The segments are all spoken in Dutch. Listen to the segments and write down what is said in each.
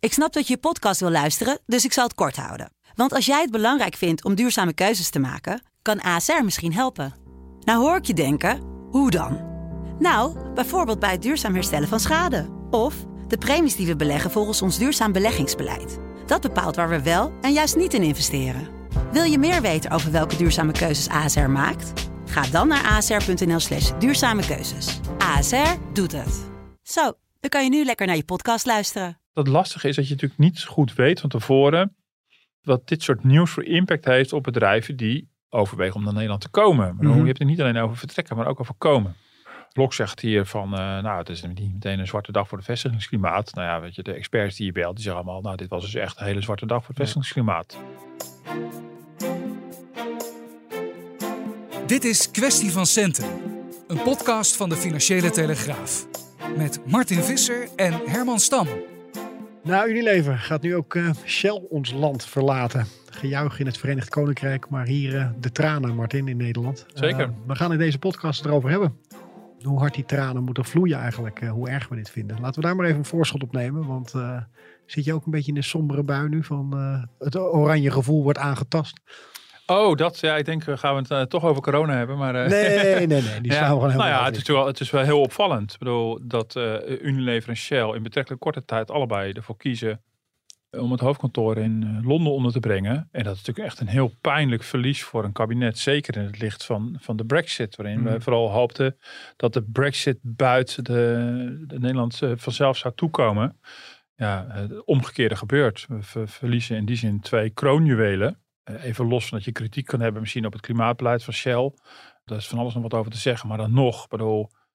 Ik snap dat je podcast wil luisteren, dus ik zal het kort houden. Want als jij het belangrijk vindt om duurzame keuzes te maken, kan ASR misschien helpen. Nou hoor ik je denken, hoe dan? Nou, bijvoorbeeld bij het duurzaam herstellen van schade. Of de premies die we beleggen volgens ons duurzaam beleggingsbeleid. Dat bepaalt waar we wel en juist niet in investeren. Wil je meer weten over welke duurzame keuzes ASR maakt? Ga dan naar asr.nl/duurzame keuzes. ASR doet het. Zo, dan kan je nu lekker naar je podcast luisteren. Het lastige is dat je natuurlijk niet goed weet van tevoren wat dit soort nieuws voor impact heeft op bedrijven die overwegen om naar Nederland te komen. Maar je hebt het niet alleen over vertrekken, maar ook over komen. Lok zegt hier van, het is niet meteen een zwarte dag voor het vestigingsklimaat. Nou ja, weet je, de experts die je belt, die zeggen allemaal, dit was dus echt een hele zwarte dag voor het vestigingsklimaat. Dit is Kwestie van Centen, een podcast van de Financiële Telegraaf. Met Martin Visser en Herman Stam. Na Unilever gaat nu ook Shell ons land verlaten. Gejuich in het Verenigd Koninkrijk, maar hier de tranen, Martin, in Nederland. Zeker. We gaan in deze podcast erover hebben. Hoe hard die tranen moeten vloeien eigenlijk, hoe erg we dit vinden. Laten we daar maar even een voorschot op nemen, want zit je ook een beetje in de sombere bui nu van het oranje gevoel wordt aangetast? Oh, ik denk gaan we het toch over corona hebben. Maar, Nee, die slaan we gewoon helemaal het is wel heel opvallend. Ik bedoel, dat Unilever en Shell in betrekkelijk korte tijd allebei ervoor kiezen om het hoofdkantoor in Londen onder te brengen. En dat is natuurlijk echt een heel pijnlijk verlies voor een kabinet. Zeker in het licht van de Brexit. Waarin we vooral hoopten dat de Brexit buiten de Nederland vanzelf zou toekomen. Ja, het omgekeerde gebeurt. We verliezen in die zin 2 kroonjuwelen. Even los van dat je kritiek kan hebben misschien op het klimaatbeleid van Shell. Daar is van alles nog wat over te zeggen. Maar dan nog, het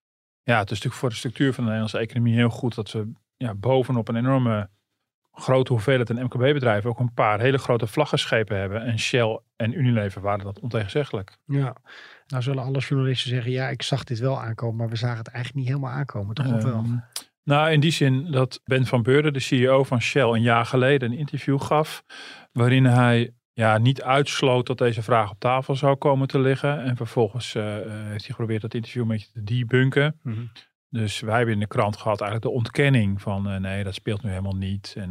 is natuurlijk voor de structuur van de Nederlandse economie heel goed dat we bovenop een enorme grote hoeveelheid en MKB-bedrijven ook een paar hele grote vlaggenschepen hebben. En Shell en Unilever waren dat ontegenzeggelijk. Ja, nou zullen alle journalisten zeggen, ik zag dit wel aankomen, maar we zagen het eigenlijk niet helemaal aankomen. Toch nog wel? Nou, in die zin dat Ben van Beurden, de CEO van Shell, een jaar geleden een interview gaf waarin hij niet uitsloot dat deze vraag op tafel zou komen te liggen. En vervolgens heeft hij geprobeerd dat interview een beetje te debunken. Mm-hmm. Dus wij hebben in de krant gehad eigenlijk de ontkenning van nee, dat speelt nu helemaal niet. En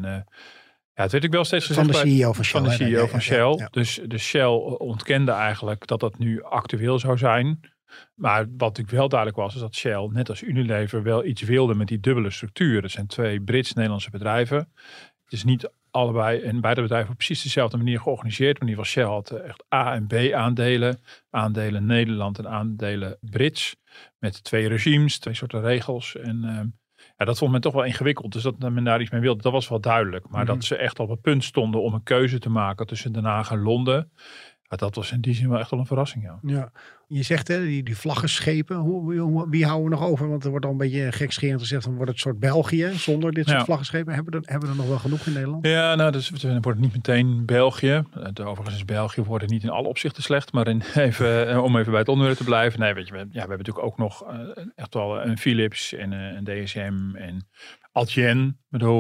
het werd ook wel steeds gezegd van de CEO van Shell. Van de CEO van Shell. Ja. Dus de Shell ontkende eigenlijk dat dat nu actueel zou zijn. Maar wat natuurlijk wel duidelijk was, is dat Shell, net als Unilever, wel iets wilde met die dubbele structuur. Er zijn 2 Brits-Nederlandse bedrijven. Het is niet allebei en beide bedrijven op precies dezelfde manier georganiseerd. In ieder geval Shell had echt A- en B-aandelen. Aandelen Nederland en aandelen Brits. Met 2 regimes, 2 soorten regels. En dat vond men toch wel ingewikkeld. Dus dat men daar iets mee wilde, dat was wel duidelijk. Maar dat ze echt op het punt stonden om een keuze te maken tussen Den Haag en Londen. Ja, dat was in die zin wel echt wel een verrassing. Ja. Je zegt die vlaggenschepen, wie houden we nog over? Want er wordt al een beetje gekscherend gezegd, dan wordt het een soort België zonder dit soort vlaggenschepen. Hebben we er nog wel genoeg in Nederland? Ja, nou, dus het wordt niet meteen België. Overigens is België wordt niet in alle opzichten slecht, maar om even bij het onderwerp te blijven. Nee, weet je, we hebben natuurlijk ook nog echt wel een Philips en een DSM en Adyen.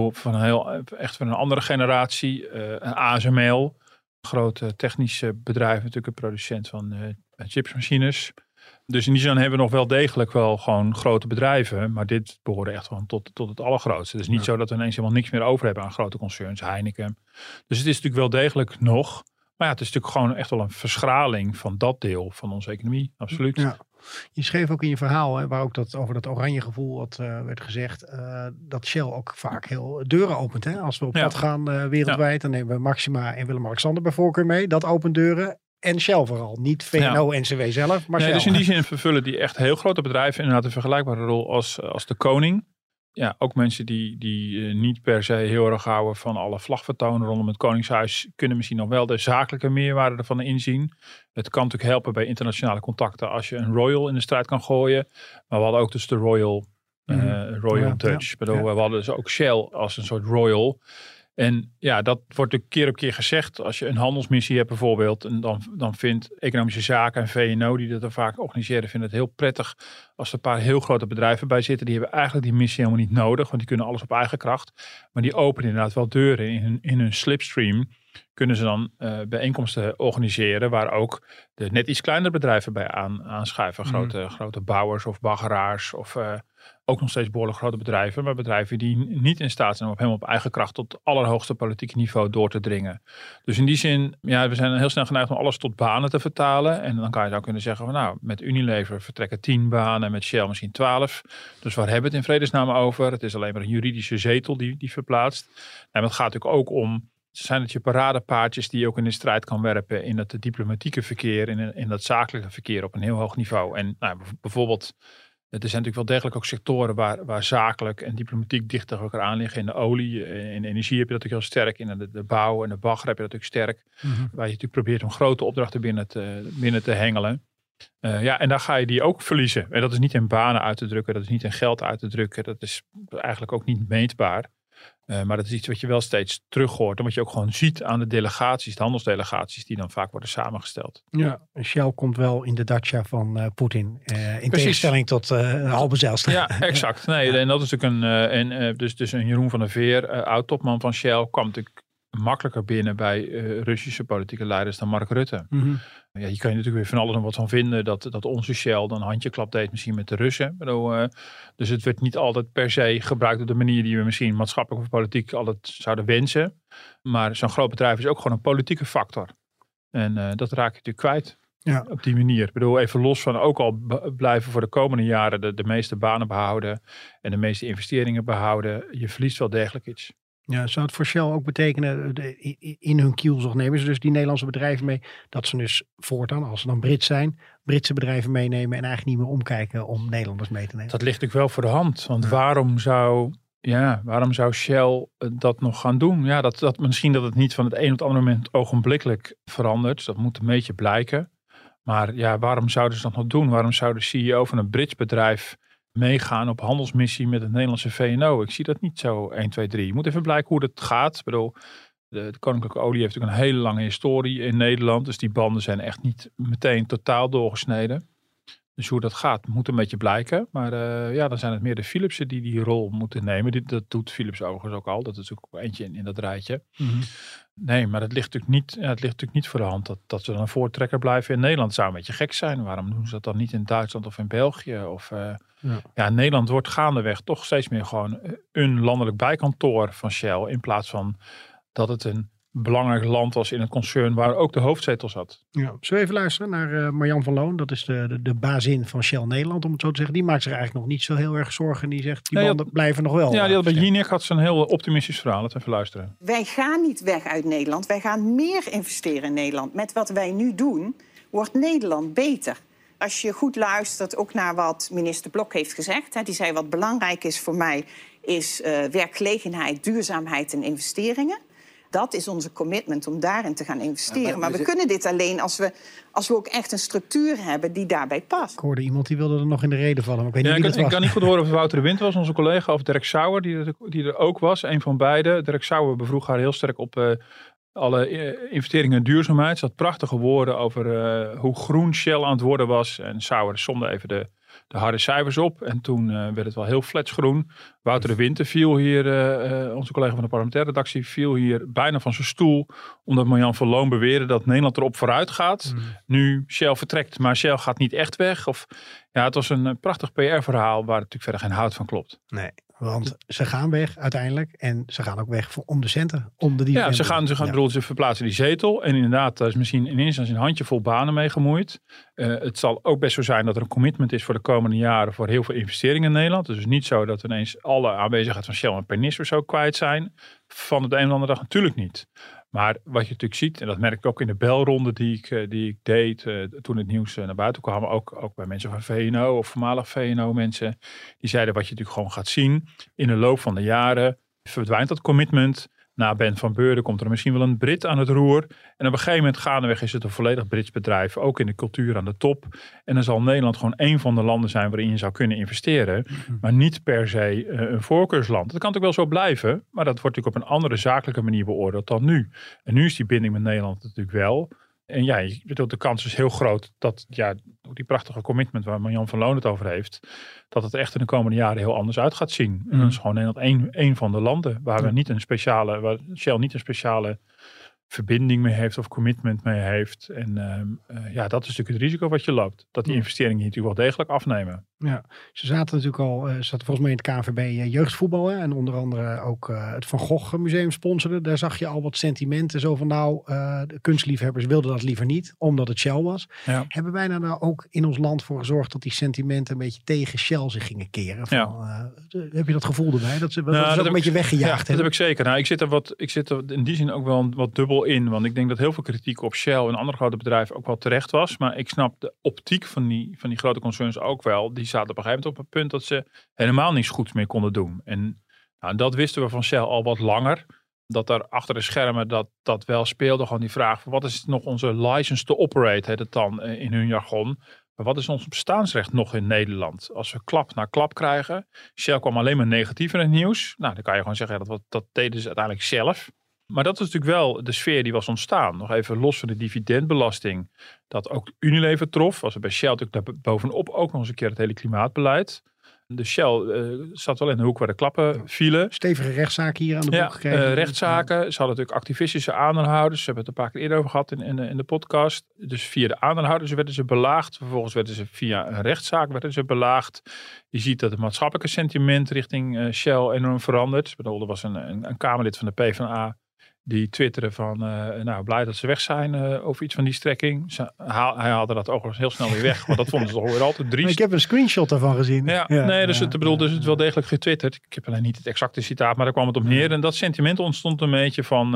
Echt van een andere generatie. Een ASML. Grote technische bedrijf, natuurlijk een producent van chipsmachines. Dus in die zin hebben we nog wel degelijk wel gewoon grote bedrijven. Maar dit behoorde echt gewoon tot het allergrootste. Het is niet zo dat we ineens helemaal niks meer over hebben aan grote concerns, Heineken. Dus het is natuurlijk wel degelijk nog. Maar het is natuurlijk gewoon echt wel een verschraling van dat deel van onze economie. Absoluut. Ja. Je schreef ook in je verhaal, waar ook over dat oranje gevoel wat werd gezegd, dat Shell ook vaak heel deuren opent. Hè? Als we op pad gaan wereldwijd, dan nemen we Maxima en Willem-Alexander bij voorkeur mee. Dat opent deuren. En Shell vooral. Niet VNO-NCW zelf, maar Shell. Dus in die zin vervullen die echt heel grote bedrijven inderdaad een vergelijkbare rol als de koning. Ja, ook mensen die niet per se heel erg houden van alle vlagvertonen rondom het Koningshuis kunnen misschien nog wel de zakelijke meerwaarde ervan inzien. Het kan natuurlijk helpen bij internationale contacten als je een Royal in de strijd kan gooien. Maar we hadden ook dus de Royal Dutch. We hadden dus ook Shell als een soort Royal. En ja, dat wordt een keer op keer gezegd. Als je een handelsmissie hebt bijvoorbeeld. En dan vindt Economische Zaken en VNO die dat er vaak organiseren. Vinden het heel prettig als er een paar heel grote bedrijven bij zitten. Die hebben eigenlijk die missie helemaal niet nodig. Want die kunnen alles op eigen kracht. Maar die openen inderdaad wel deuren in hun slipstream. kunnen ze dan bijeenkomsten organiseren waar ook de net iets kleinere bedrijven bij aanschuiven. Grote bouwers of baggeraars of ook nog steeds behoorlijk grote bedrijven. Maar bedrijven die niet in staat zijn om helemaal op eigen kracht tot het allerhoogste politieke niveau door te dringen. Dus in die zin, we zijn heel snel geneigd om alles tot banen te vertalen. En dan zou kunnen zeggen van nou, met Unilever vertrekken 10 banen, met Shell misschien 12. Dus waar hebben we het in vredesnaam over? Het is alleen maar een juridische zetel die verplaatst. En het gaat natuurlijk ook om, zijn het je paradepaardjes die je ook in de strijd kan werpen in het diplomatieke verkeer, in dat zakelijke verkeer op een heel hoog niveau. En bijvoorbeeld, er zijn natuurlijk wel degelijk ook sectoren waar zakelijk en diplomatiek dicht tegen elkaar aan liggen. In de olie, in de energie heb je dat natuurlijk heel sterk. In de bouw en de bagger heb je dat natuurlijk sterk. Waar je natuurlijk probeert om grote opdrachten binnen te hengelen. En dan ga je die ook verliezen. En dat is niet in banen uit te drukken. Dat is niet in geld uit te drukken. Dat is eigenlijk ook niet meetbaar. Maar dat is iets wat je wel steeds terug hoort. En wat je ook gewoon ziet aan de delegaties, de handelsdelegaties die dan vaak worden samengesteld. Ja, Shell komt wel in de dacha van Poetin. In tegenstelling tot Halbe Zijlstra. Ja, exact. Nee, en dat is natuurlijk dus een Jeroen van der Veer, oud-topman van Shell, kwam natuurlijk makkelijker binnen bij Russische politieke leiders dan Mark Rutte. Mm-hmm. Ja, je kan je natuurlijk weer van alles en wat van vinden dat onze Shell dan handjeklap deed misschien met de Russen. Dus het werd niet altijd per se gebruikt op de manier die we misschien maatschappelijk of politiek altijd zouden wensen. Maar zo'n groot bedrijf is ook gewoon een politieke factor. En dat raak je natuurlijk kwijt. Ja. Op die manier. Even los van ook al blijven voor de komende jaren de meeste banen behouden en de meeste investeringen behouden. Je verliest wel degelijk iets. Ja, zou het voor Shell ook betekenen, in hun kielzog nemen ze dus die Nederlandse bedrijven mee, dat ze dus voortaan, als ze dan Brits zijn, Britse bedrijven meenemen en eigenlijk niet meer omkijken om Nederlanders mee te nemen? Dat ligt natuurlijk wel voor de hand. Want waarom zou Shell dat nog gaan doen? Ja, dat misschien dat het niet van het een op het andere moment ogenblikkelijk verandert. Dat moet een beetje blijken. Maar ja, waarom zouden ze dat nog doen? Waarom zou de CEO van een Brits bedrijf meegaan op handelsmissie met het Nederlandse VNO? Ik zie dat niet zo 1, 2, 3. Je moet even blijken hoe dat gaat. Ik bedoel, de Koninklijke Olie heeft natuurlijk een hele lange historie in Nederland. Dus die banden zijn echt niet meteen totaal doorgesneden. Dus hoe dat gaat, moet een beetje blijken. Maar dan zijn het meer de Philipsen die rol moeten nemen. Dat doet Philips overigens ook al. Dat is ook eentje in dat rijtje. Mm-hmm. Nee, maar het ligt natuurlijk niet voor de hand dat ze dan een voortrekker blijven in Nederland. Zou een beetje gek zijn. Waarom doen ze dat dan niet in Duitsland of in België? Of Nederland wordt gaandeweg toch steeds meer gewoon een landelijk bijkantoor van Shell. In plaats van dat het een belangrijk land was in het concern waar ook de hoofdzetel zat. Ja. Zullen we even luisteren naar Marjan van Loon? Dat is de bazin van Shell Nederland, om het zo te zeggen. Die maakt zich eigenlijk nog niet zo heel erg zorgen. Die zegt, die banden blijven nog wel. Ja, die had bij Jinek had ze een heel optimistisch verhaal. Laten we even luisteren. Wij gaan niet weg uit Nederland. Wij gaan meer investeren in Nederland. Met wat wij nu doen, wordt Nederland beter. Als je goed luistert ook naar wat minister Blok heeft gezegd. Die zei, wat belangrijk is voor mij is werkgelegenheid, duurzaamheid en investeringen. Dat is onze commitment om daarin te gaan investeren. Maar we kunnen dit alleen als we ook echt een structuur hebben die daarbij past. Ik hoorde iemand die wilde er nog in de reden vallen. Maar ik kan niet goed horen of Wouter de Wind was, onze collega, of Dirk Sauer, die er ook was. Een van beide. Dirk Sauer bevroeg haar heel sterk op alle investeringen in duurzaamheid. Ze had prachtige woorden over hoe groen Shell aan het worden was. En Sauer somde even de harde cijfers op. En toen werd het wel heel fletsgroen. Wouter de Winter viel hier, onze collega van de parlementaire redactie, viel hier bijna van zijn stoel. Omdat Marjan van Loon beweerde dat Nederland erop vooruit gaat. Nu Shell vertrekt, maar Shell gaat niet echt weg. Het was een prachtig PR-verhaal waar natuurlijk verder geen hout van klopt. Nee, want ze gaan weg uiteindelijk. En ze gaan ook weg om de centen. Om de dividenden. Ja, ze gaan ze verplaatsen die zetel. En inderdaad, daar is misschien in eerste instantie een handjevol banen mee gemoeid. Het zal ook best zo zijn dat er een commitment is voor de komende jaren voor heel veel investeringen in Nederland. Dus het is niet zo dat we ineens alle aanwezigheid van Shell en Pernis of zo kwijt zijn. Van de een of andere dag natuurlijk niet. Maar wat je natuurlijk ziet, en dat merk ik ook in de belronde die ik deed toen het nieuws naar buiten kwam, ook bij mensen van VNO of voormalig VNO mensen, die zeiden wat je natuurlijk gewoon gaat zien. In de loop van de jaren verdwijnt dat commitment. Na Ben van Beurden komt er misschien wel een Brit aan het roer. En op een gegeven moment gaandeweg is het een volledig Brits bedrijf. Ook in de cultuur aan de top. En dan zal Nederland gewoon één van de landen zijn waarin je zou kunnen investeren. Maar niet per se een voorkeursland. Dat kan natuurlijk wel zo blijven. Maar dat wordt natuurlijk op een andere zakelijke manier beoordeeld dan nu. En nu is die binding met Nederland natuurlijk wel. En ja, de kans is heel groot dat die prachtige commitment waar Marjan van Loon het over heeft, dat het echt in de komende jaren heel anders uit gaat zien. En dat is gewoon Nederland één van de landen waar Shell niet een speciale verbinding mee heeft of commitment mee heeft. En dat is natuurlijk het risico wat je loopt. Dat die investeringen hier natuurlijk wel degelijk afnemen. Ja, ze zaten volgens mij in het KNVB jeugdvoetbal. Hè, en onder andere ook het Van Gogh Museum sponsorde. Daar zag je al wat sentimenten. Zo van de kunstliefhebbers wilden dat liever niet. Omdat het Shell was. Ja. Hebben wij nou ook in ons land voor gezorgd dat die sentimenten een beetje tegen Shell zich gingen keren? Heb je dat gevoel erbij? Dat ze dat ook een beetje weggejaagd hebben? Dat heb ik zeker. Nou, ik zit er in die zin ook wel wat dubbel in. Want ik denk dat heel veel kritiek op Shell en andere grote bedrijven ook wel terecht was. Maar ik snap de optiek van die grote concerns ook wel. Die zaten op een gegeven moment op het punt dat ze helemaal niks goeds meer konden doen. En dat wisten we van Shell al wat langer. Dat er achter de schermen dat wel speelde. Gewoon die vraag van wat is nog onze license to operate, heet het dan in hun jargon. Maar wat is ons bestaansrecht nog in Nederland? Als we klap na klap krijgen. Shell kwam alleen maar negatief in het nieuws. Nou, dan kan je gewoon zeggen dat deden ze uiteindelijk zelf. Maar dat is natuurlijk wel de sfeer die was ontstaan. Nog even los van de dividendbelasting. Dat ook Unilever trof. Was er bij Shell natuurlijk daar bovenop ook nog eens een keer het hele klimaatbeleid. De Shell zat wel in de hoek waar de klappen vielen. Stevige rechtszaken hier aan de boek gekregen. Rechtszaken. Ze hadden natuurlijk activistische aandeelhouders. Ze hebben het een paar keer eerder over gehad in de podcast. Dus via de aandeelhouders werden ze belaagd. Vervolgens werden ze via een rechtszaak belaagd. Je ziet dat het maatschappelijke sentiment richting Shell enorm verandert. Ik bedoel, er was een Kamerlid van de PvdA die twitteren van blij dat ze weg zijn over iets van die strekking. Hij haalde dat overigens heel snel weer weg. Want dat vonden ze toch weer altijd driest. Ik heb een screenshot daarvan gezien. Dus het is wel degelijk getwitterd. Ik heb alleen niet het exacte citaat, maar daar kwam het op neer. En dat sentiment ontstond een beetje van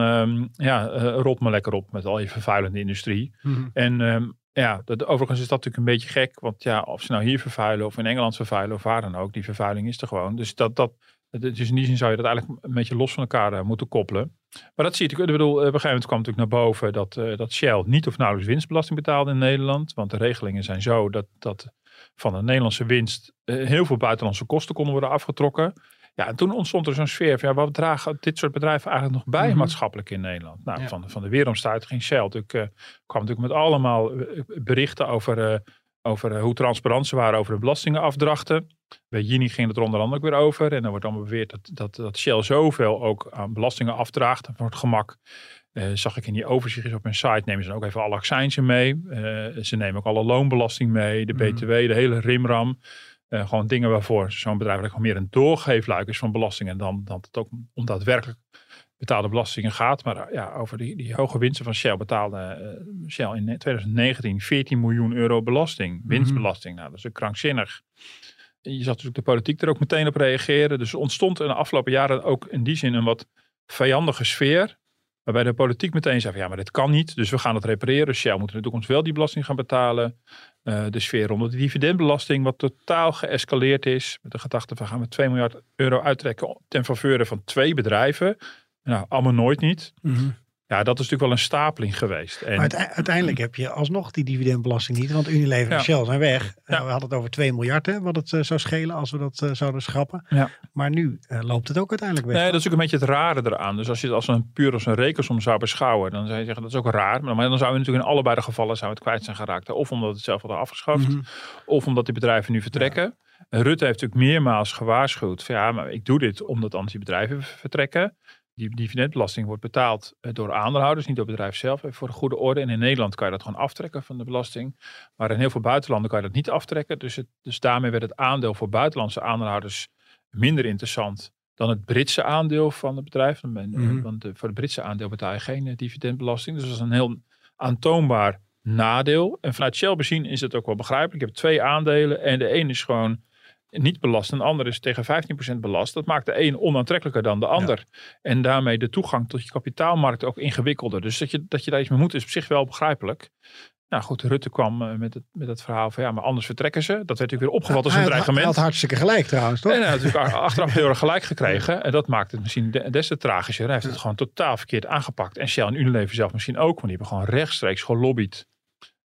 rot maar lekker op met al je vervuilende industrie. Mm-hmm. En overigens is dat natuurlijk een beetje gek. Want of ze nou hier vervuilen of in Engeland vervuilen of waar dan ook. Die vervuiling is er gewoon. Dus dus in die zin zou je dat eigenlijk een beetje los van elkaar moeten koppelen. Maar dat zie je natuurlijk. Op een gegeven moment kwam natuurlijk naar boven dat Shell niet of nauwelijks winstbelasting betaalde in Nederland. Want de regelingen zijn zo dat van de Nederlandse winst heel veel buitenlandse kosten konden worden afgetrokken. Ja, en toen ontstond er zo'n sfeer van wat dragen dit soort bedrijven eigenlijk nog bij maatschappelijk in Nederland? Nou, van de weeromstuit ging Shell kwam natuurlijk met allemaal berichten over hoe transparant ze waren over de belastingenafdrachten. Bij Gini ging het er onder andere ook weer over. En dan wordt allemaal beweerd dat Shell zoveel ook aan belastingen afdraagt. En voor het gemak zag ik in die overzichtjes op hun site, nemen ze dan ook even alle accijnzen mee. Ze nemen ook alle loonbelasting mee, de BTW, de hele rimram. Gewoon dingen waarvoor zo'n bedrijf gewoon meer een doorgeefluik is van belastingen dan dat het ook om daadwerkelijk betaalde belastingen gaat. Maar over die hoge winsten van Shell betaalde Shell in 2019 14 miljoen euro belasting. Winstbelasting. Nou, dat is ook krankzinnig. Je zag natuurlijk de politiek er ook meteen op reageren. Dus er ontstond in de afgelopen jaren ook in die zin een wat vijandige sfeer. Waarbij de politiek meteen zei van maar dit kan niet. Dus we gaan het repareren. Shell moet in de toekomst wel die belasting gaan betalen. De sfeer rondom de dividendbelasting wat totaal geëscaleerd is. Met de gedachte van gaan we 2 miljard euro uittrekken ten faveur van 2 bedrijven. Nou, allemaal nooit niet. Mm-hmm. Ja, dat is natuurlijk wel een stapeling geweest. En maar uiteindelijk heb je alsnog die dividendbelasting niet. Want Unilever en Shell zijn weg. We hadden het over 2 miljard wat het zou schelen als we dat zouden schrappen. Ja. Maar nu loopt het ook uiteindelijk weg. Nee, dat is ook een beetje het rare eraan. Dus als je het puur als een rekensom zou beschouwen. Dan zou je zeggen dat is ook raar. Maar dan zou je natuurlijk in allebei de gevallen het kwijt zijn geraakt. Of omdat het zelf hadden afgeschaft. Mm-hmm. Of omdat die bedrijven nu vertrekken. Ja. Rutte heeft natuurlijk meermaals gewaarschuwd. Van maar ik doe dit omdat anders die bedrijven vertrekken. Die dividendbelasting wordt betaald door aandeelhouders, niet door het bedrijf zelf, voor de goede orde. En in Nederland kan je dat gewoon aftrekken van de belasting. Maar in heel veel buitenlanden kan je dat niet aftrekken. Dus daarmee werd het aandeel voor buitenlandse aandeelhouders minder interessant dan het Britse aandeel van het bedrijf. Want voor het Britse aandeel betaal je geen dividendbelasting. Dus dat is een heel aantoonbaar nadeel. En vanuit Shell bezien is het ook wel begrijpelijk. Je hebt 2 aandelen en de een is gewoon niet belast en de ander is tegen 15% belast. Dat maakt de een onaantrekkelijker dan de ander. Ja. En daarmee de toegang tot je kapitaalmarkt ook ingewikkelder. Dus dat je daar iets mee moet is op zich wel begrijpelijk. Nou goed, Rutte kwam met het verhaal van maar anders vertrekken ze. Dat werd natuurlijk weer opgevat als een dreigement. Hij had hartstikke gelijk trouwens, toch? En hij had natuurlijk achteraf heel erg gelijk gekregen. En dat maakt het misschien des te tragischer. Hij heeft het gewoon totaal verkeerd aangepakt. En Shell en Unilever zelf misschien ook. Want die hebben gewoon rechtstreeks gelobbyd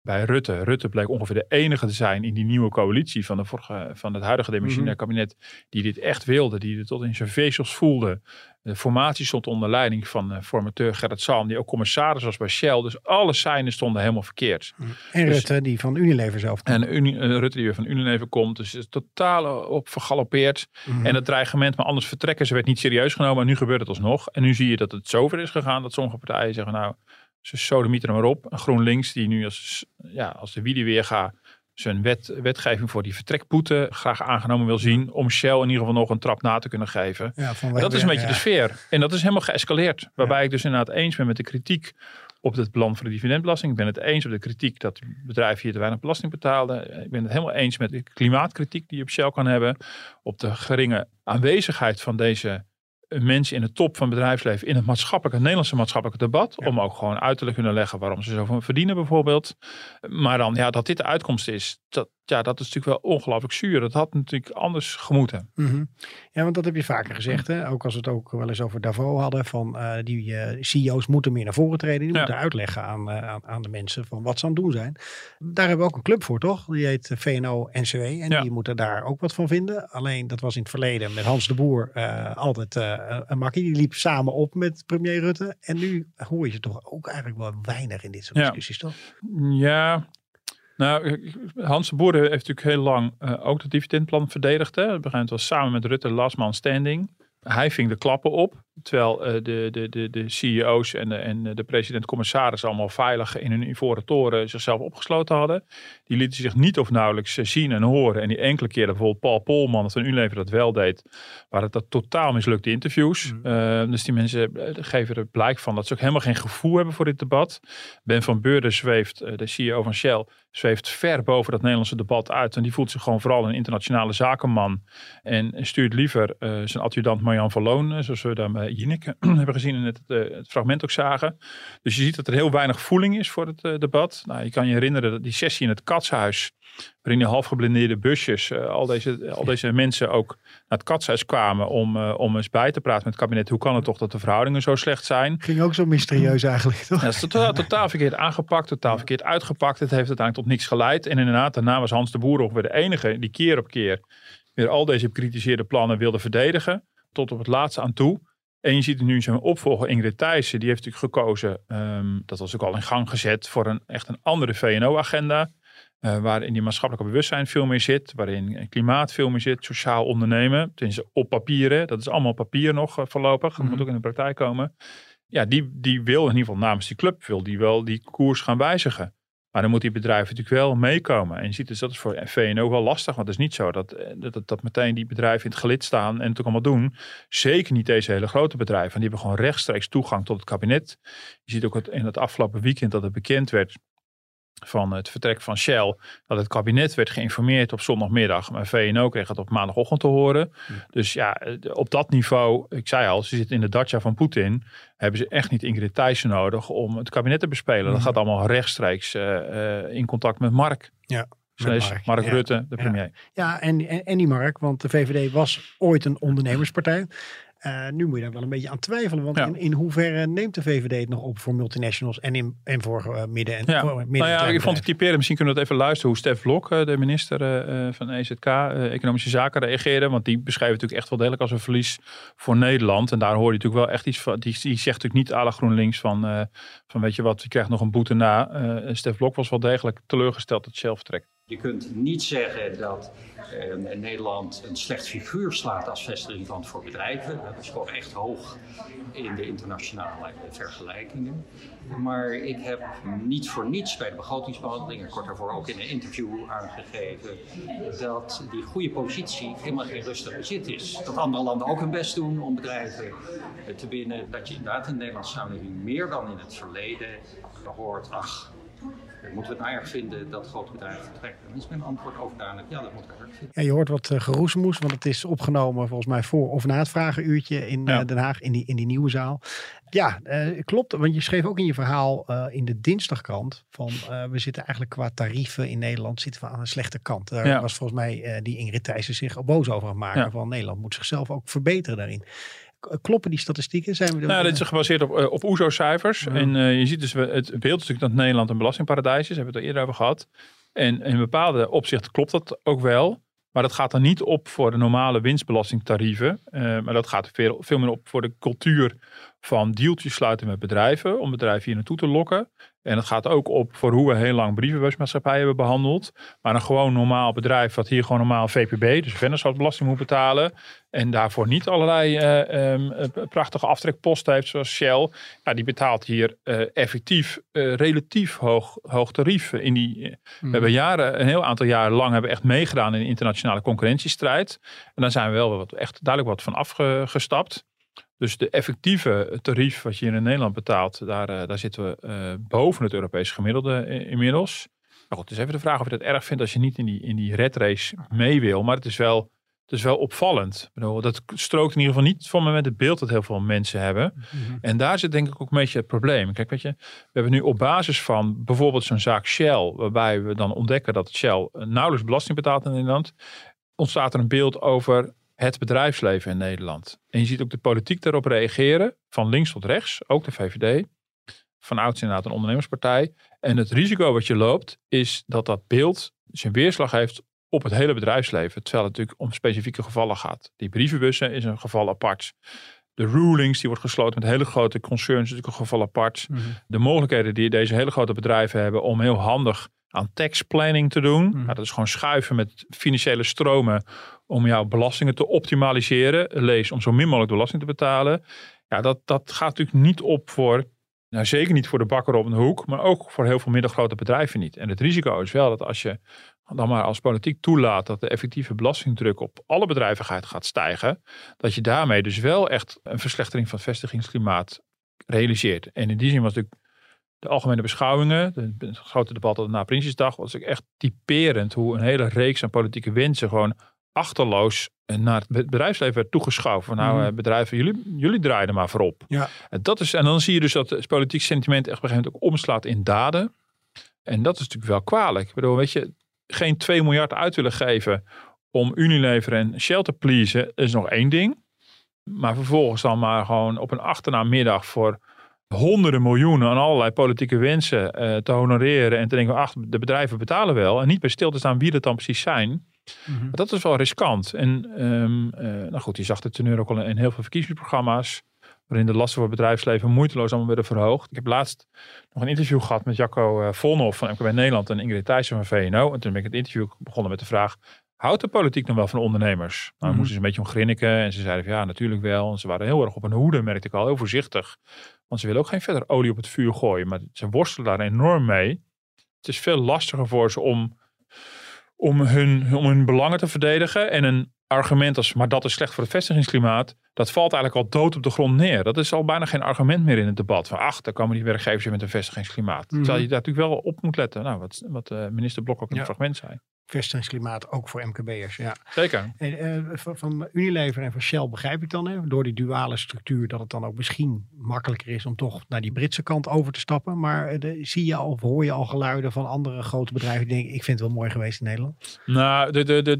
bij Rutte. Rutte bleek ongeveer de enige te zijn in die nieuwe coalitie van het huidige demissionair kabinet die dit echt wilde, die het tot in zijn vezels voelde. De formatie stond onder leiding van formateur Gerrit Salm, die ook commissaris was bij Shell. Dus alle seinen stonden helemaal verkeerd. En Rutte, die van Unilever zelf komt. En Rutte, die weer van Unilever komt. Dus het is totaal op vergalopeerd. En het dreigement, maar anders vertrekken. Ze werd niet serieus genomen. En nu gebeurt het alsnog. En nu zie je dat het zover is gegaan. Dat sommige partijen zeggen, nou, ze sodemieten er maar op. GroenLinks, die nu als de wiede weer gaat, zijn wetgeving voor die vertrekboete graag aangenomen wil zien. Om Shell in ieder geval nog een trap na te kunnen geven. Ja, dat is een beetje de sfeer. En dat is helemaal geëscaleerd. Waarbij ik dus inderdaad eens ben met de kritiek op het plan voor de dividendbelasting. Ik ben het eens op de kritiek dat bedrijven hier te weinig belasting betaalden. Ik ben het helemaal eens met de klimaatkritiek die je op Shell kan hebben. Op de geringe aanwezigheid van deze mensen in de top van het bedrijfsleven in het Nederlandse maatschappelijke debat. Ja. Om ook gewoon uit te kunnen leggen waarom ze zoveel verdienen bijvoorbeeld. Maar dan, dat dit de uitkomst is, dat is natuurlijk wel ongelooflijk zuur. Dat had natuurlijk anders gemoeten. Mm-hmm. Ja, want dat heb je vaker gezegd. Hè? Ook als we het ook wel eens over Davos hadden. Van die CEO's moeten meer naar voren treden. Die moeten uitleggen aan de mensen van wat ze aan het doen zijn. Daar hebben we ook een club voor, toch? Die heet VNO-NCW. En die moeten daar ook wat van vinden. Alleen dat was in het verleden met Hans de Boer altijd een makkie. Die liep samen op met premier Rutte. En nu hoor je ze toch ook eigenlijk wel weinig in dit soort discussies, toch? Ja. Nou, Hans de Boer heeft natuurlijk heel lang ook het dividendplan verdedigd. Hè. Het begint was samen met Rutte last man standing. Hij ving de klappen op. Terwijl de CEO's en de president-commissaris allemaal veilig in hun ivoren toren zichzelf opgesloten hadden. Die lieten zich niet of nauwelijks zien en horen. En die enkele keer bijvoorbeeld Paul Polman van Unilever dat wel deed, waren dat totaal mislukte interviews. Dus die mensen geven er blijk van dat ze ook helemaal geen gevoel hebben voor dit debat. Ben van Beurden zweeft, de CEO van Shell, zweeft ver boven dat Nederlandse debat uit. En die voelt zich gewoon vooral een internationale zakenman. En stuurt liever zijn adjudant Marjan van Loon, zoals we daar bij Jinek hebben gezien en het fragment ook zagen. Dus je ziet dat er heel weinig voeling is voor het debat. Nou, je kan je herinneren dat die sessie in het Katshuis, waarin die halfgeblindeerde busjes, al deze mensen ook naar het Katshuis kwamen om eens bij te praten met het kabinet. Hoe kan het toch dat de verhoudingen zo slecht zijn? Ging ook zo mysterieus eigenlijk, toch? Ja, het is totaal verkeerd aangepakt, totaal verkeerd uitgepakt. Het heeft uiteindelijk tot niks geleid. En inderdaad, daarna was Hans de Boer ook weer de enige die keer op keer weer al deze bekritiseerde plannen wilde verdedigen. Tot op het laatste aan toe. En je ziet nu zijn opvolger Ingrid Thijssen. Die heeft natuurlijk gekozen, dat was ook al in gang gezet, voor echt een andere VNO-agenda. Waarin die maatschappelijke bewustzijn veel meer zit. Waarin klimaat veel meer zit. Sociaal ondernemen. Tenminste op papieren. Dat is allemaal papier nog voorlopig. Dat moet ook in de praktijk komen. Ja, die wil in ieder geval namens die club wil die wel die koers gaan wijzigen. Maar dan moet die bedrijven natuurlijk wel meekomen. En je ziet dus dat is voor VNO wel lastig. Want het is niet zo dat meteen die bedrijven in het gelid staan en het ook allemaal doen. Zeker niet deze hele grote bedrijven. En die hebben gewoon rechtstreeks toegang tot het kabinet. Je ziet ook in het afgelopen weekend dat het bekend werd van het vertrek van Shell, dat het kabinet werd geïnformeerd op zondagmiddag. Maar VNO kreeg het op maandagochtend te horen. Dus ja, op dat niveau, ik zei al, ze zitten in de dacha van Poetin, hebben ze echt niet Ingrid Thijssen nodig om het kabinet te bespelen. Dat gaat allemaal rechtstreeks in contact met Mark. Ja. Mark Rutte, de premier. Ja, en die Mark, want de VVD was ooit een ondernemerspartij. Nu moet je daar wel een beetje aan twijfelen. Want in hoeverre neemt de VVD het nog op voor multinationals en voor midden- en ik vond het typeren. Misschien kunnen we het even luisteren hoe Stef Blok, de minister van EZK, Economische Zaken, reageerde. Want die beschrijft natuurlijk echt wel degelijk als een verlies voor Nederland. En daar hoor je natuurlijk wel echt iets van. Die zegt natuurlijk niet à la GroenLinks van weet je wat, je krijgt nog een boete na. Stef Blok was wel degelijk teleurgesteld dat Shell vertrekt. Je kunt niet zeggen dat Nederland een slecht figuur slaat als vestigingland voor bedrijven. Dat is gewoon echt hoog in de internationale vergelijkingen. Maar ik heb niet voor niets bij de begrotingsbehandeling en kort daarvoor ook in een interview aangegeven dat die goede positie helemaal geen rustig bezit is. Dat andere landen ook hun best doen om bedrijven te winnen. Dat je inderdaad in de Nederlandse samenleving meer dan in het verleden hoort, moeten we het nou erg vinden dat grote bedrijven vertrekken? Dan is mijn antwoord overduidelijk, ja, dat moeten we erg vinden. Ja, je hoort wat geroezemoes, want het is opgenomen volgens mij voor of na het vragenuurtje in Den Haag, in die nieuwe zaal. Ja, klopt, want je schreef ook in je verhaal in de Dinsdagkrant van we zitten eigenlijk qua tarieven in Nederland zitten we aan een slechte kant. Daar was volgens mij die Ingrid Thijssen zich boos over aan het maken van Nederland moet zichzelf ook verbeteren daarin. Kloppen die statistieken? Dit is gebaseerd op OESO-cijfers. Ja. En je ziet dus het beeld natuurlijk dat Nederland een belastingparadijs is. Hebben we het al eerder over gehad. En in bepaalde opzichten klopt dat ook wel. Maar dat gaat dan niet op voor de normale winstbelastingtarieven. Maar dat gaat veel meer op voor de cultuur van dealtjes sluiten met bedrijven. Om bedrijven hier naartoe te lokken. En het gaat ook op voor hoe we heel lang brievenbusmaatschappijen hebben behandeld. Maar een gewoon normaal bedrijf wat hier gewoon normaal VPB, dus vennootschapsbelasting moet betalen. En daarvoor niet allerlei prachtige aftrekposten heeft zoals Shell. Ja, die betaalt hier effectief relatief hoog tarief. We hebben een heel aantal jaren lang hebben we echt meegedaan in de internationale concurrentiestrijd. En daar zijn we wel echt duidelijk wat van afgestapt. Dus de effectieve tarief wat je hier in Nederland betaalt, daar zitten we boven het Europese gemiddelde inmiddels. Maar goed, het is even de vraag of je dat erg vindt als je niet in die red race mee wil. Maar het is wel opvallend. Ik bedoel, dat strookt in ieder geval niet voor me met het beeld dat heel veel mensen hebben. Mm-hmm. En daar zit denk ik ook een beetje het probleem. Kijk, weet je, we hebben nu op basis van bijvoorbeeld zo'n zaak Shell, waarbij we dan ontdekken dat Shell nauwelijks belasting betaalt in Nederland, ontstaat er een beeld over het bedrijfsleven in Nederland. En je ziet ook de politiek daarop reageren, van links tot rechts, ook de VVD. Van ouds inderdaad een ondernemerspartij. En het risico wat je loopt, is dat beeld zijn weerslag heeft op het hele bedrijfsleven. Terwijl het natuurlijk om specifieke gevallen gaat. Die brievenbussen is een geval apart. De rulings die wordt gesloten met hele grote concerns is natuurlijk een geval apart. Mm-hmm. De mogelijkheden die deze hele grote bedrijven hebben om heel handig aan tax planning te doen. Mm-hmm. Dat is gewoon schuiven met financiële stromen om jouw belastingen te optimaliseren. Lees om zo min mogelijk belasting te betalen. Ja, dat gaat natuurlijk niet op voor, zeker niet voor de bakker op een hoek, maar ook voor heel veel middelgrote bedrijven niet. En het risico is wel dat als je dan maar als politiek toelaat dat de effectieve belastingdruk op alle bedrijven gaat stijgen, dat je daarmee dus wel echt een verslechtering van het vestigingsklimaat realiseert. En in die zin was natuurlijk de algemene beschouwingen, het grote debat na Prinsjesdag, was echt typerend hoe een hele reeks aan politieke wensen gewoon achterloos naar het bedrijfsleven werd toegeschoven. Van bedrijven, jullie draaien er maar voorop. Ja. En dan zie je dus dat het politiek sentiment echt op een gegeven moment ook omslaat in daden. En dat is natuurlijk wel kwalijk. Ik bedoel, weet je, geen 2 miljard uit willen geven om Unilever en Shell te pleasen, is nog één ding. Maar vervolgens dan maar gewoon op een achternamiddag voor honderden miljoenen aan allerlei politieke wensen te honoreren en te denken, de bedrijven betalen wel. En niet bij stil te staan wie dat dan precies zijn. Mm-hmm. Dat is wel riskant. En je zag de teneur ook al in heel veel verkiezingsprogramma's, waarin de lasten voor het bedrijfsleven moeiteloos allemaal werden verhoogd. Ik heb laatst nog een interview gehad met Jacco Vonhoff van MKB Nederland en Ingrid Thijssen van VNO. En toen ben ik het interview begonnen met de vraag, houdt de politiek dan wel van ondernemers? Nou, moesten ze een beetje om grinniken en ze zeiden van ja, natuurlijk wel. En ze waren heel erg op hun hoede, merkte ik al, heel voorzichtig. Want ze willen ook geen verder olie op het vuur gooien, maar ze worstelen daar enorm mee. Het is veel lastiger voor ze om hun belangen te verdedigen. En een argument als, maar dat is slecht voor het vestigingsklimaat, dat valt eigenlijk al dood op de grond neer. Dat is al bijna geen argument meer in het debat. Van daar komen die werkgevers weer met een vestigingsklimaat. Terwijl je daar natuurlijk wel op moet letten. Nou, wat minister Blok ook in het fragment zei. Vestigingsklimaat ook voor MKB'ers, ja. Zeker. Van Unilever en van Shell begrijp ik dan, door die duale structuur, dat het dan ook misschien makkelijker is om toch naar die Britse kant over te stappen. Maar zie je al of hoor je al geluiden van andere grote bedrijven die denken, ik vind het wel mooi geweest in Nederland? Nou,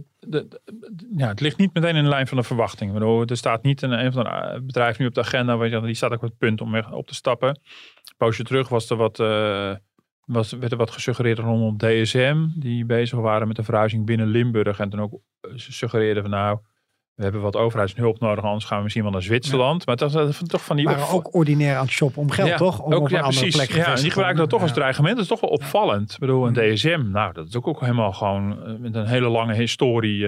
het ligt niet meteen in de lijn van de verwachting. Er staat niet een van de bedrijven nu op de agenda, waar die staat ook op het punt om weg op te stappen. Een poosje terug was er werd er wat gesuggereerd rondom DSM, die bezig waren met de verhuizing binnen Limburg. En toen ook suggereerden van we hebben wat overheidshulp nodig, anders gaan we misschien wel naar Zwitserland. Ja. Maar dat is toch van die... waren ook ordinair aan het shoppen om geld, toch? Om op een andere plek en die gebruiken dat toch als dreigement. Dat is toch wel opvallend. Ik bedoel, een DSM, dat is ook helemaal gewoon met een hele lange historie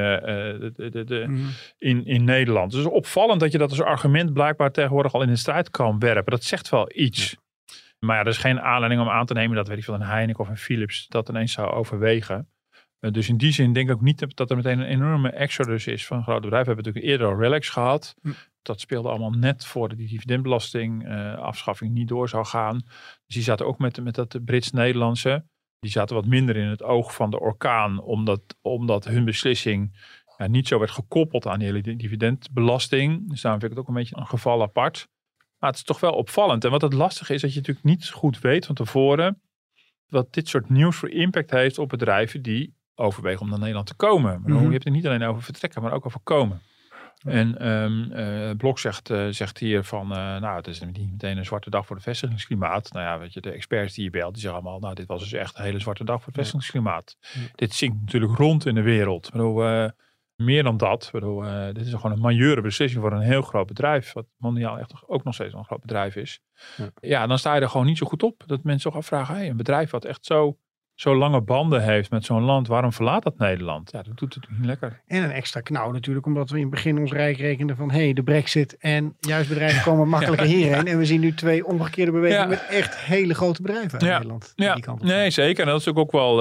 in Nederland. Dus opvallend dat je dat als argument blijkbaar tegenwoordig al in de strijd kan werpen. Dat zegt wel iets. Ja. Maar er is geen aanleiding om aan te nemen dat, weet ik veel, een Heineken of een Philips dat ineens zou overwegen. Dus in die zin denk ik ook niet dat er meteen een enorme exodus is van grote bedrijven. We hebben natuurlijk eerder al Relax gehad. Dat speelde allemaal net voor die dividendbelasting afschaffing niet door zou gaan. Dus die zaten ook met dat Brits-Nederlandse. Die zaten wat minder in het oog van de orkaan, omdat hun beslissing niet zo werd gekoppeld aan die hele dividendbelasting. Dus daarom vind ik het ook een beetje een geval apart. Maar het is toch wel opvallend. En wat het lastige is, dat je natuurlijk niet goed weet van tevoren wat dit soort nieuws voor impact heeft op bedrijven die overwegen om naar Nederland te komen. Maar je hebt het niet alleen over vertrekken, maar ook over komen. En Blok zegt hier van, het is niet meteen een zwarte dag voor het vestigingsklimaat. Nou ja, weet je, de experts die je belt, die zeggen allemaal, dit was dus echt een hele zwarte dag voor het vestigingsklimaat. Ja. Dit zinkt natuurlijk rond in de wereld. Ik bedoel, meer dan dat. Ik bedoel, dit is gewoon een majeure beslissing voor een heel groot bedrijf, wat mondiaal echt ook nog steeds een groot bedrijf is. Ja, dan sta je er gewoon niet zo goed op. Dat mensen toch afvragen, een bedrijf wat echt zo lange banden heeft met zo'n land, waarom verlaat dat Nederland? Ja, dat doet het niet lekker. En een extra knauw natuurlijk, omdat we in het begin ons rijk rekenden van de Brexit en juist bedrijven komen makkelijker hierheen. En we zien nu 2 omgekeerde bewegingen met echt hele grote bedrijven uit Nederland. Die kant op. Nee, zeker. En dat is ook wel,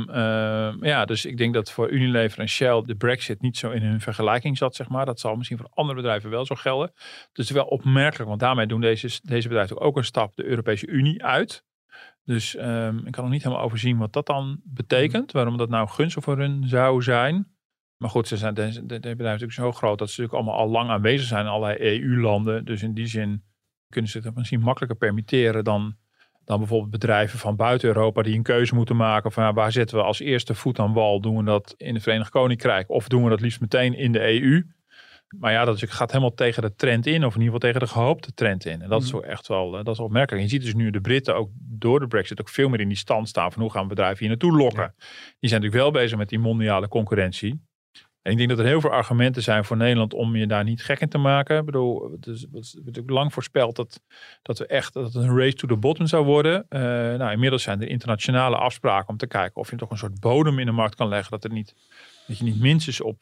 dus ik denk dat voor Unilever en Shell de Brexit niet zo in hun vergelijking zat, zeg maar. Dat zal misschien voor andere bedrijven wel zo gelden. Dus het is wel opmerkelijk, want daarmee doen deze bedrijven ook een stap de Europese Unie uit. Dus ik kan nog niet helemaal overzien wat dat dan betekent. Waarom dat nou gunstig voor hun zou zijn. Maar goed, de bedrijven natuurlijk zo groot dat ze natuurlijk allemaal al lang aanwezig zijn in allerlei EU-landen. Dus in die zin kunnen ze het misschien makkelijker permitteren dan bijvoorbeeld bedrijven van buiten Europa die een keuze moeten maken van waar zetten we als eerste voet aan wal? Doen we dat in het Verenigd Koninkrijk of doen we dat liefst meteen in de EU? Maar ja, dat gaat helemaal tegen de trend in. Of in ieder geval tegen de gehoopte trend in. En dat is ook echt wel, dat is opmerkelijk. Je ziet dus nu de Britten ook door de Brexit ook veel meer in die stand staan van hoe gaan we bedrijven hier naartoe lokken. Ja. Die zijn natuurlijk wel bezig met die mondiale concurrentie. En ik denk dat er heel veel argumenten zijn voor Nederland om je daar niet gek in te maken. Ik bedoel, het is natuurlijk lang voorspeld dat het een race to the bottom zou worden. Inmiddels zijn er internationale afspraken om te kijken of je toch een soort bodem in de markt kan leggen. Dat je niet minstens op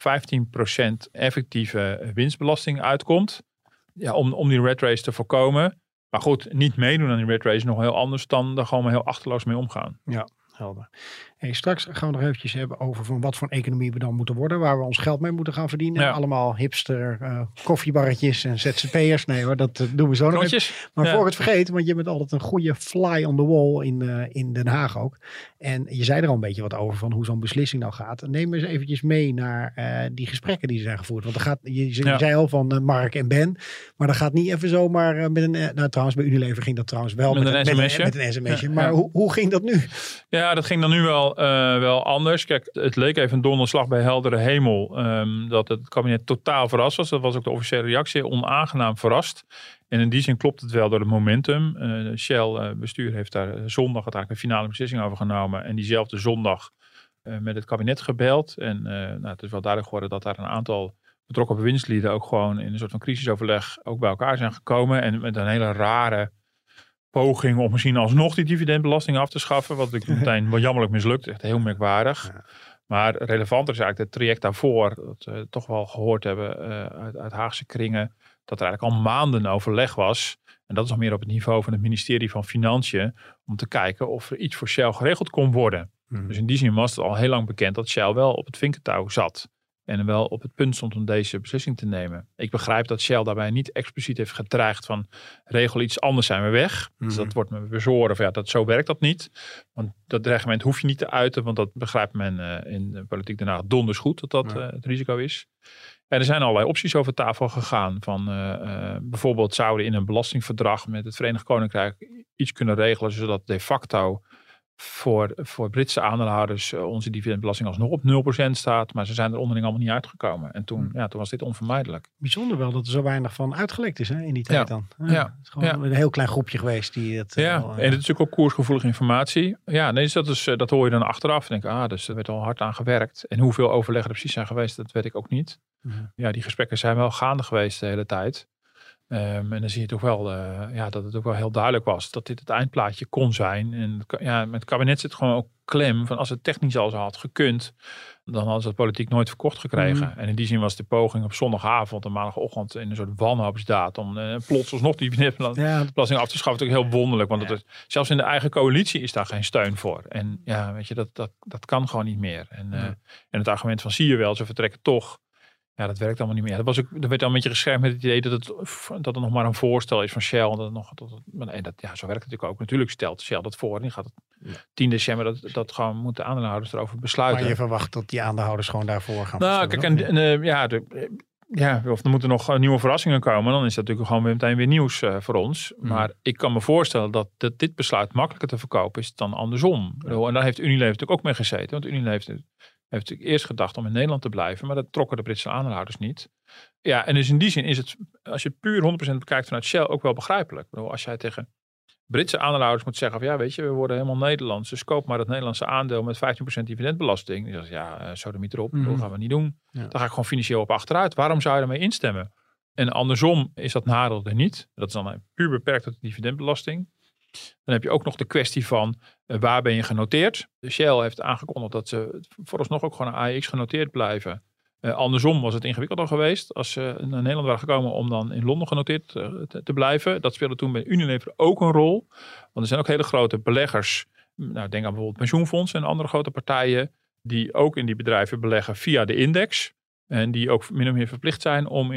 15% effectieve winstbelasting uitkomt. Ja, om die red race te voorkomen. Maar goed, niet meedoen aan die red race is nog heel anders dan daar gewoon maar heel achterloos mee omgaan. Ja, helder. Hey, straks gaan we nog eventjes hebben over van wat voor economie we dan moeten worden. Waar we ons geld mee moeten gaan verdienen. Ja. Allemaal hipster koffiebarretjes en ZZP'ers. Nee hoor, dat doen we zo nog even. Maar voor het vergeet, want je bent altijd een goede fly on the wall in Den Haag ook. En je zei er al een beetje wat over van hoe zo'n beslissing nou gaat. Neem eens eventjes mee naar die gesprekken die zijn gevoerd. Want je zei al van Mark en Ben. Maar dat gaat niet even zomaar met een... trouwens, bij Unilever ging dat trouwens wel met een sms'je. Maar hoe ging dat nu? Ja, dat ging dan nu wel anders. Kijk, het leek even een donderslag bij heldere hemel dat het kabinet totaal verrast was. Dat was ook de officiële reactie. Onaangenaam verrast. En in die zin klopt het wel door het momentum. Shell bestuur heeft daar zondag eigenlijk een finale beslissing over genomen. En diezelfde zondag met het kabinet gebeld. En het is wel duidelijk geworden dat daar een aantal betrokken bewindslieden ook gewoon in een soort van crisisoverleg ook bij elkaar zijn gekomen. En met een hele rare poging om misschien alsnog die dividendbelasting af te schaffen. Wat natuurlijk meteen wel jammerlijk mislukt. Echt heel merkwaardig. Ja. Maar relevanter is eigenlijk het traject daarvoor. Dat we toch wel gehoord hebben uit Haagse kringen. Dat er eigenlijk al maanden overleg was. En dat is al meer op het niveau van het ministerie van Financiën. Om te kijken of er iets voor Shell geregeld kon worden. Dus in die zin was het al heel lang bekend dat Shell wel op het vinkentouw zat. En wel op het punt stond om deze beslissing te nemen. Ik begrijp dat Shell daarbij niet expliciet heeft gedreigd van regel iets anders zijn we weg. Dus dat wordt me bezorgen van zo werkt dat niet. Want dat dreigement hoef je niet te uiten. Want dat begrijpt men in de politiek daarna donders goed dat het risico is. En er zijn allerlei opties over tafel gegaan. Van bijvoorbeeld zouden in een belastingverdrag met het Verenigd Koninkrijk iets kunnen regelen zodat de facto voor Britse aandeelhouders onze dividendbelasting alsnog op 0% staat. Maar ze zijn er onderling allemaal niet uitgekomen. En toen was dit onvermijdelijk. Bijzonder wel dat er zo weinig van uitgelekt is in die tijd dan. Het is gewoon een heel klein groepje geweest die het... en het is natuurlijk ook koersgevoelige informatie. Ja, nee, dat hoor je dan achteraf. En denk dus er werd al hard aan gewerkt. En hoeveel overleggen er precies zijn geweest, dat weet ik ook niet. Ja, die gesprekken zijn wel gaande geweest de hele tijd. En dan zie je toch wel dat het ook wel heel duidelijk was dat dit het eindplaatje kon zijn. En met het kabinet zit gewoon ook klem van als het technisch al zo had gekund, dan hadden ze het politiek nooit verkocht gekregen. En in die zin was de poging op zondagavond en maandagochtend in een soort wanhoopsdaad om plots alsnog die belasting af te schaffen natuurlijk heel wonderlijk. Want zelfs in de eigen coalitie is daar geen steun voor. En ja, weet je, dat kan gewoon niet meer. En het argument van zie je wel, ze vertrekken toch. Ja, dat werkt allemaal niet meer. Er werd al een beetje geschreven met het idee dat het nog maar een voorstel is van Shell. Zo werkt het natuurlijk ook. Natuurlijk stelt Shell dat voor. En die gaat het 10 december dat gewoon moeten aandeelhouders erover besluiten. Maar je verwacht dat die aandeelhouders gewoon daarvoor gaan of er moeten nog nieuwe verrassingen komen. Dan is dat natuurlijk gewoon meteen weer nieuws voor ons. Maar ik kan me voorstellen dat dit besluit makkelijker te verkopen is dan andersom. En daar heeft Unilever natuurlijk ook mee gezeten. Want Unilever heeft natuurlijk eerst gedacht om in Nederland te blijven, maar dat trokken de Britse aandeelhouders niet. Ja, en dus in die zin is het, als je het puur 100% bekijkt vanuit Shell, ook wel begrijpelijk. Ik bedoel, als jij tegen Britse aandeelhouders moet zeggen van, ja, weet je, we worden helemaal Nederlands, dus koop maar dat Nederlandse aandeel met 15% dividendbelasting. Die zegt, ja, sodemiet erop, dat gaan we niet doen. Ja. Dan ga ik gewoon financieel op achteruit. Waarom zou je ermee instemmen? En andersom is dat nadeel er niet. Dat is dan puur beperkt tot de dividendbelasting. Dan heb je ook nog de kwestie van waar ben je genoteerd. Shell heeft aangekondigd dat ze vooralsnog ook gewoon aan AEX genoteerd blijven. Andersom was het ingewikkelder geweest als ze naar Nederland waren gekomen om dan in Londen genoteerd te blijven. Dat speelde toen bij Unilever ook een rol. Want er zijn ook hele grote beleggers. Nou, denk aan bijvoorbeeld pensioenfondsen en andere grote partijen die ook in die bedrijven beleggen via de index. En die ook min of meer verplicht zijn om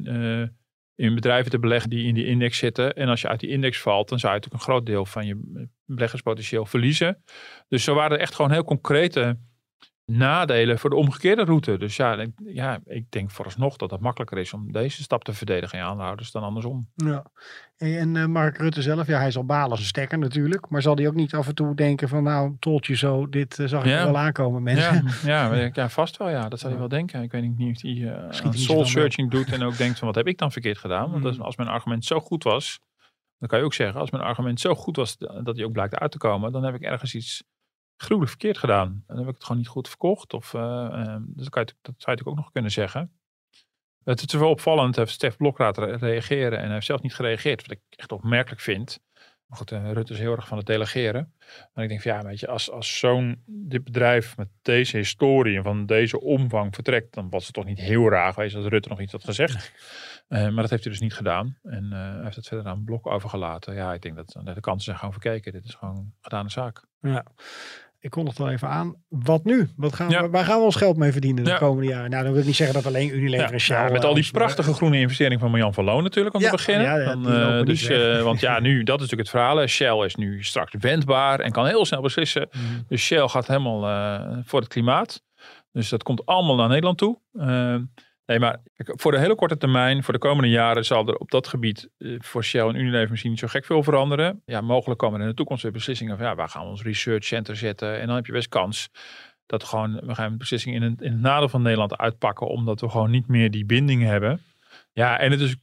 in bedrijven te beleggen die in die index zitten. En als je uit die index valt, dan zou je natuurlijk een groot deel van je beleggerspotentieel verliezen. Dus zo waren er echt gewoon heel concrete nadelen voor de omgekeerde route. Dus ik denk vooralsnog dat het makkelijker is om deze stap te verdedigen in aandeelhouders dan andersom. Ja. En Mark Rutte zelf, hij zal balen als een stekker natuurlijk. Maar zal hij ook niet af en toe denken van, nou, tolt je zo, dit zag ik wel aankomen, mensen. Ja, vast wel, ja. Dat zal hij wel denken. Ik weet niet of hij soul searching doet en ook denkt van, wat heb ik dan verkeerd gedaan? Want als mijn argument zo goed was, dan kan je ook zeggen, als mijn argument zo goed was dat hij ook blijkt uit te komen, dan heb ik ergens iets gruwelijk verkeerd gedaan. Dan heb ik het gewoon niet goed verkocht. Dus dat zou je natuurlijk ook nog kunnen zeggen. Het is wel opvallend. Heeft Stef Blok laten reageren en hij heeft zelf niet gereageerd. Wat ik echt opmerkelijk vind. Maar goed, Rutte is heel erg van het delegeren. Maar ik denk van weet je, als dit bedrijf met deze historie en van deze omvang vertrekt, dan was het toch niet heel raar geweest dat Rutte nog iets had gezegd. Maar dat heeft hij dus niet gedaan. En hij heeft het verder aan Blok overgelaten. Ja, ik denk dat de kansen zijn gewoon verkeken. Dit is gewoon een gedane zaak. Ja. Ik kondig het wel even aan. Wat nu? Waar gaan we ons geld mee verdienen de komende jaren? Nou, dan wil ik niet zeggen dat alleen Unilever en Shell... met al die prachtige groene investering van Marjan van Loon natuurlijk om te beginnen. Want nu, dat is natuurlijk het verhaal. Shell is nu straks wendbaar en kan heel snel beslissen. Dus Shell gaat helemaal voor het klimaat. Dus dat komt allemaal naar Nederland toe. Nee, maar voor de hele korte termijn, voor de komende jaren, zal er op dat gebied voor Shell en Unilever misschien niet zo gek veel veranderen. Ja, mogelijk komen er in de toekomst weer beslissingen van waar gaan we ons research center zetten. En dan heb je best kans dat we gaan beslissingen in het nadeel van Nederland uitpakken, omdat we gewoon niet meer die binding hebben. Ja, en het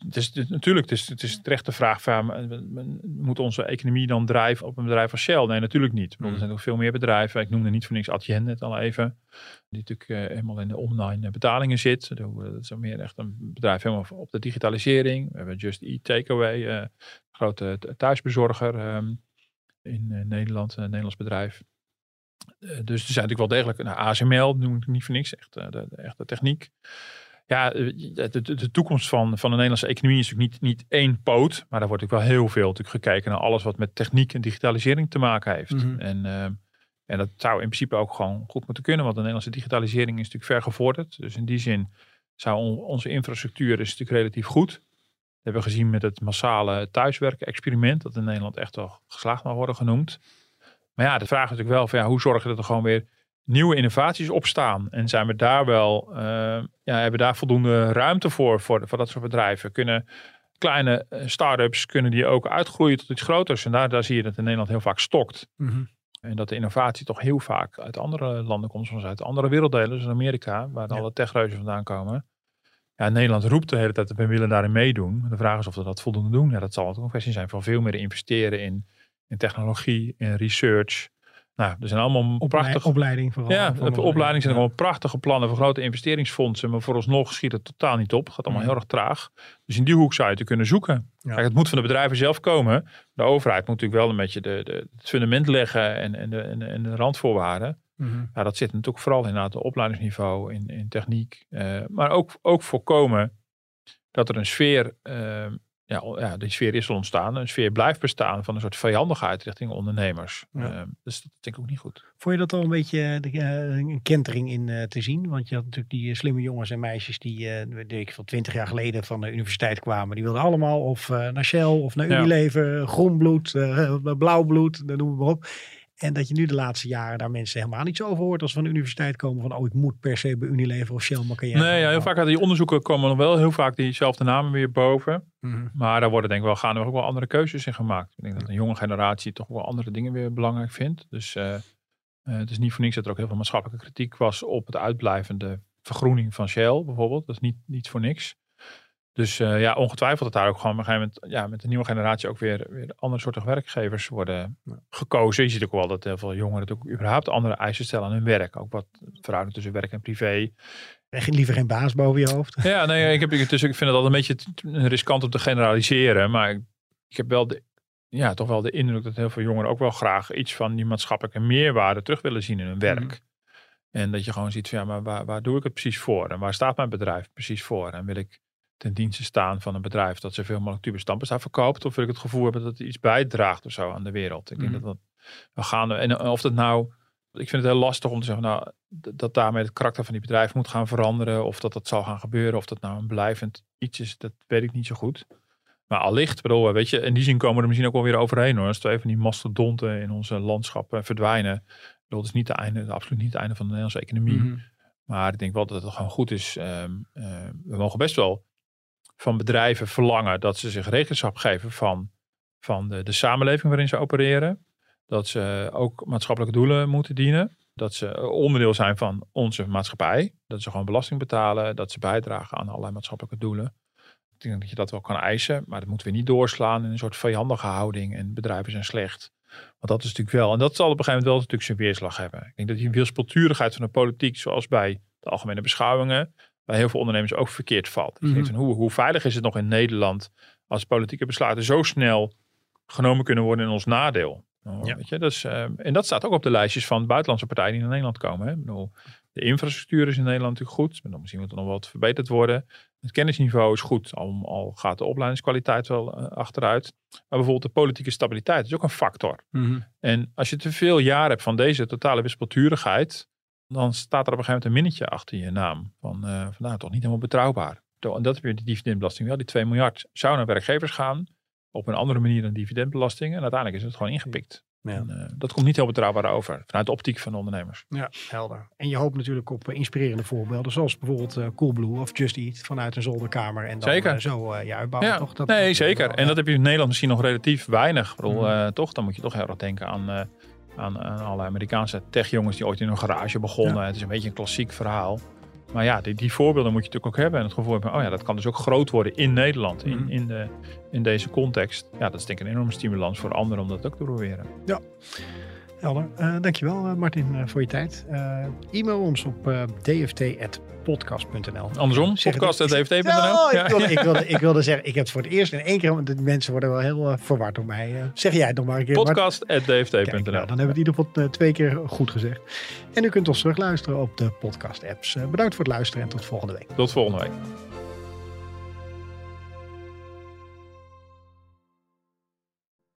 is terecht de vraag van, moet onze economie dan drijven op een bedrijf als Shell? Nee, natuurlijk niet. Er zijn nog veel meer bedrijven. Ik noemde niet voor niks Adyen net al even. Die natuurlijk helemaal in de online betalingen zit. Dat is meer echt een bedrijf helemaal op de digitalisering. We hebben Just Eat Takeaway, grote thuisbezorger in Nederland, een Nederlands bedrijf. Dus er zijn natuurlijk wel degelijk, ASML noem ik niet voor niks, echt de techniek. Ja, de toekomst van de Nederlandse economie is natuurlijk niet één poot. Maar daar wordt ook wel heel veel natuurlijk gekeken naar alles wat met techniek en digitalisering te maken heeft. En dat zou in principe ook gewoon goed moeten kunnen. Want de Nederlandse digitalisering is natuurlijk ver gevorderd. Dus in die zin zou onze infrastructuur is natuurlijk relatief goed. Dat hebben we gezien met het massale thuiswerken-experiment. Dat in Nederland echt wel geslaagd mag worden genoemd. Maar ja, de vraag is natuurlijk wel van hoe zorgen we dat er gewoon weer nieuwe innovaties opstaan. En zijn we daar wel, hebben we daar voldoende ruimte voor dat soort bedrijven? Kunnen kleine start-ups, kunnen die ook uitgroeien tot iets groters? En daar zie je dat in Nederland heel vaak stokt. En dat de innovatie toch heel vaak uit andere landen komt, zoals uit andere werelddelen, zoals Amerika, waar alle techreuzen vandaan komen. Ja, Nederland roept de hele tijd dat we willen daarin meedoen. De vraag is of we dat voldoende doen. Ja, dat zal ook een kwestie zijn van veel meer investeren in technologie, in research. Nou, er zijn allemaal prachtige opleiding vooral. Ja, de opleiding zijn allemaal prachtige plannen voor grote investeringsfondsen. Maar vooralsnog schiet het totaal niet op. Het gaat allemaal heel erg traag. Dus in die hoek zou je het kunnen zoeken. Ja. Kijk, het moet van de bedrijven zelf komen. De overheid moet natuurlijk wel een beetje het fundament leggen en de randvoorwaarden. Ja, dat zit natuurlijk vooral inderdaad op opleidingsniveau, in techniek. Maar ook voorkomen dat er een sfeer... die sfeer is al ontstaan. Een sfeer blijft bestaan van een soort vijandigheid richting ondernemers. Dus dat denk ik ook niet goed. Vond je dat al een beetje een kentering in te zien? Want je had natuurlijk die slimme jongens en meisjes die 20 jaar geleden van de universiteit kwamen. Die wilden allemaal of naar Shell of naar Unilever, groen bloed, blauw bloed, dan noemen we maar op. En dat je nu de laatste jaren daar mensen helemaal niet zo over hoort als van de universiteit komen van ik moet per se bij Unilever of Shell maar carrière. Nee, heel vaak uit die onderzoeken komen nog wel heel vaak diezelfde namen weer boven. Maar daar worden denk ik wel ook wel andere keuzes in gemaakt. Ik denk dat een jonge generatie toch wel andere dingen weer belangrijk vindt. Dus Het is niet voor niks dat er ook heel veel maatschappelijke kritiek was op het uitblijvende vergroening van Shell bijvoorbeeld. Dat is niet voor niks. Dus ongetwijfeld dat daar ook gewoon op een gegeven moment met de nieuwe generatie ook weer andere soorten werkgevers worden gekozen. Je ziet ook wel dat heel veel jongeren ook überhaupt andere eisen stellen aan hun werk. Ook wat verhouding tussen werk en privé. Liever geen baas boven je hoofd. Ja, nee, ik vind het altijd een beetje riskant om te generaliseren. Maar ik heb wel toch wel de indruk dat heel veel jongeren ook wel graag iets van die maatschappelijke meerwaarde terug willen zien in hun werk. En dat je gewoon ziet van maar waar doe ik het precies voor? En waar staat mijn bedrijf precies voor? En wil ik ten dienste staan van een bedrijf dat zoveel mogelijk tubus tandpasta verkoopt? Of wil ik het gevoel hebben dat het iets bijdraagt of zo aan de wereld? Ik denk dat we gaan. En of dat nou. Ik vind het heel lastig om te zeggen dat daarmee het karakter van die bedrijf moet gaan veranderen. Of dat zal gaan gebeuren. Of dat nou een blijvend iets is. Dat weet ik niet zo goed. Maar allicht, weet je, in die zin komen we er misschien ook wel weer overheen hoor. Als twee van die mastodonten in onze landschap verdwijnen. Dat is niet absoluut niet het einde van de Nederlandse economie. Maar ik denk wel dat het gewoon goed is. We mogen best wel van bedrijven verlangen dat ze zich rekenschap geven van de samenleving waarin ze opereren. Dat ze ook maatschappelijke doelen moeten dienen. Dat ze onderdeel zijn van onze maatschappij. Dat ze gewoon belasting betalen. Dat ze bijdragen aan allerlei maatschappelijke doelen. Ik denk dat je dat wel kan eisen. Maar dat moeten we niet doorslaan in een soort vijandige houding. En bedrijven zijn slecht. Want dat is natuurlijk wel. En dat zal op een gegeven moment wel natuurlijk zijn weerslag hebben. Ik denk dat die wispelturigheid van de politiek, zoals bij de algemene beschouwingen, bij heel veel ondernemers ook verkeerd valt. Je denkt van hoe veilig is het nog in Nederland als politieke besluiten zo snel genomen kunnen worden in ons nadeel? Weet je? Dus, en dat staat ook op de lijstjes van buitenlandse partijen die naar Nederland komen. Hè? Ik bedoel, de infrastructuur is in Nederland natuurlijk goed. Misschien moet er nog wat verbeterd worden. Het kennisniveau is goed. Al gaat de opleidingskwaliteit wel achteruit. Maar bijvoorbeeld de politieke stabiliteit is ook een factor. En als je te veel jaren hebt van deze totale wispelturigheid, dan staat er op een gegeven moment een minnetje achter je naam. Van toch niet helemaal betrouwbaar. En dat heb je de dividendbelasting wel. Die 2 miljard zou naar werkgevers gaan. Op een andere manier dan dividendbelasting. En uiteindelijk is het gewoon ingepikt. Ja. En, dat komt niet heel betrouwbaar over. Vanuit de optiek van de ondernemers. Ja, helder. En je hoopt natuurlijk op inspirerende voorbeelden. Zoals bijvoorbeeld Coolblue of Just Eat. Vanuit een zolderkamer. En dan zo uitbouwen. Ja, toch? Zeker. En dat heb je in Nederland misschien nog relatief weinig. Toch? Dan moet je toch heel erg denken aan alle Amerikaanse techjongens die ooit in een garage begonnen. Ja. Het is een beetje een klassiek verhaal. Maar ja, die voorbeelden moet je natuurlijk ook hebben. En het gevoel hebben, dat kan dus ook groot worden in Nederland. In deze context. Ja, dat is denk ik een enorme stimulans voor anderen om dat ook te proberen. Ja, helder. Dankjewel Martin voor je tijd. E-mail ons op dft@podcast.nl. Andersom, podcast@dft.nl. Ik wilde zeggen, ik heb het voor het eerst in 1 keer, want de mensen worden wel heel verward door mij. Zeg jij het nog maar een keer. Podcast@dft.nl. Dan hebben we het in ieder geval 2 keer goed gezegd. En u kunt ons terugluisteren op de podcast apps. Bedankt voor het luisteren en tot volgende week. Tot volgende week.